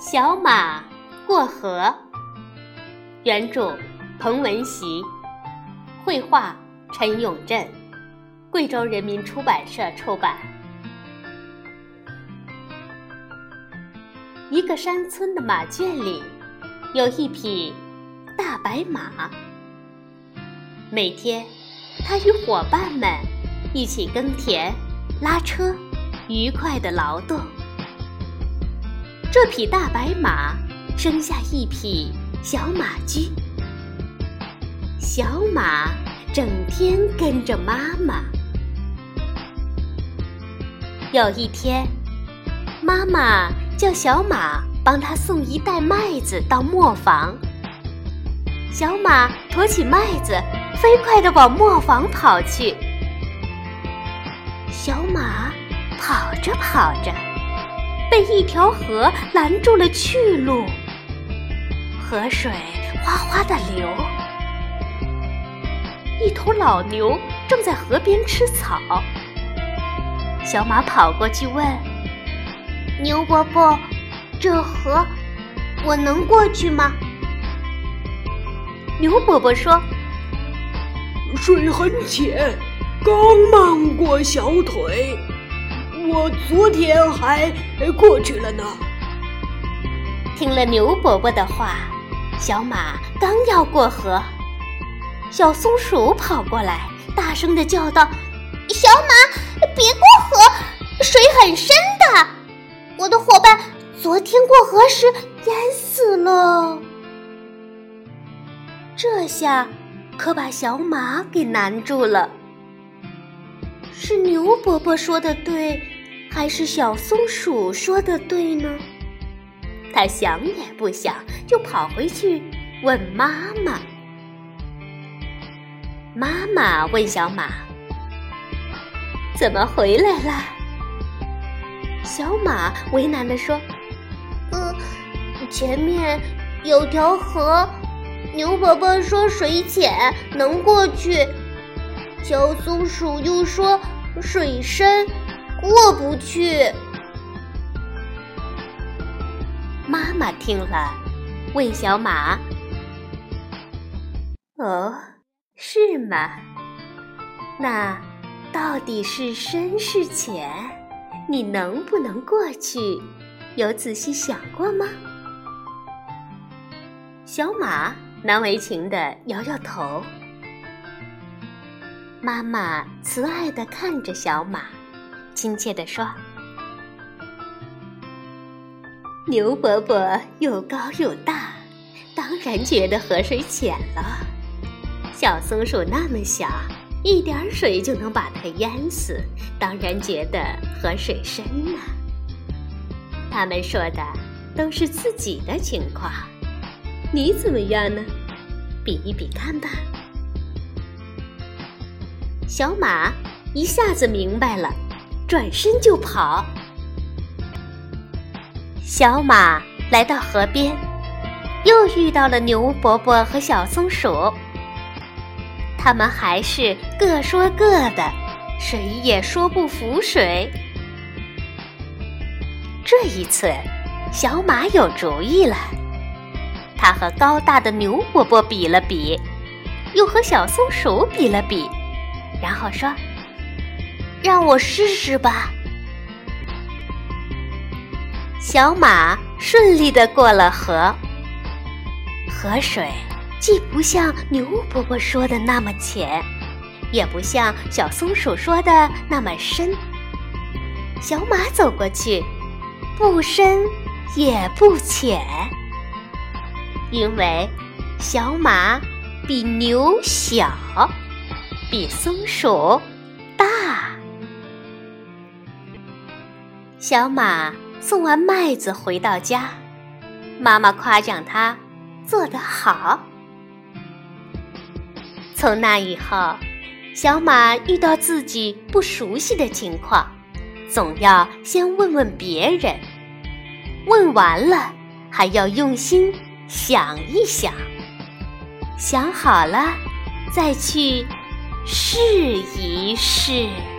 小马过河，原著彭文习，绘画陈永振，贵州人民出版社出版。一个山村的马圈里，有一匹大白马。每天，它与伙伴们一起耕田、拉车，愉快地劳动。这匹大白马生下一匹小马驹，小马整天跟着妈妈。有一天，妈妈叫小马帮她送一袋麦子到磨坊。小马驮起麦子，飞快地往磨坊跑去。小马跑着跑着，被一条河拦住了去路，河水哗哗地流。一头老牛正在河边吃草，小马跑过去问：牛伯伯，这河我能过去吗？牛伯伯说： 水很浅，刚漫过小腿，我昨天还过去了呢。 听了牛伯伯的话，小马刚要过河，小松鼠跑过来，大声地叫道：小马，别过河，水很深的，我的伙伴昨天过河时淹死了。这下可把小马给难住了。是牛伯伯说的对，还是小松鼠说的对呢？他想也不想，就跑回去问妈妈。妈妈问小马：怎么回来了？小马为难地说：前面有条河，牛伯伯说水浅能过去，小松鼠又说水深过不去。妈妈听了，问小马：哦，是吗？那到底是深是浅？你能不能过去？有仔细想过吗？小马难为情地摇摇头。妈妈慈爱地看着小马，亲切地说：牛伯伯又高又大，当然觉得河水浅了。小松鼠那么小，一点水就能把它淹死，当然觉得河水深呢。他们说的都是自己的情况，你怎么样呢？比一比看吧。小马一下子明白了，转身就跑。小马来到河边，又遇到了牛伯伯和小松鼠。他们还是各说各的，谁也说不服谁。这一次，小马有主意了。他和高大的牛伯伯比了比，又和小松鼠比了比，然后说：让我试试吧。小马顺利地过了河，河水既不像牛伯伯说的那么浅，也不像小松鼠说的那么深。小马走过去，不深也不浅，因为小马比牛小，比松鼠大。小马送完麦子回到家，妈妈夸奖他做得好。从那以后，小马遇到自己不熟悉的情况，总要先问问别人，问完了还要用心想一想，想好了再去试一试。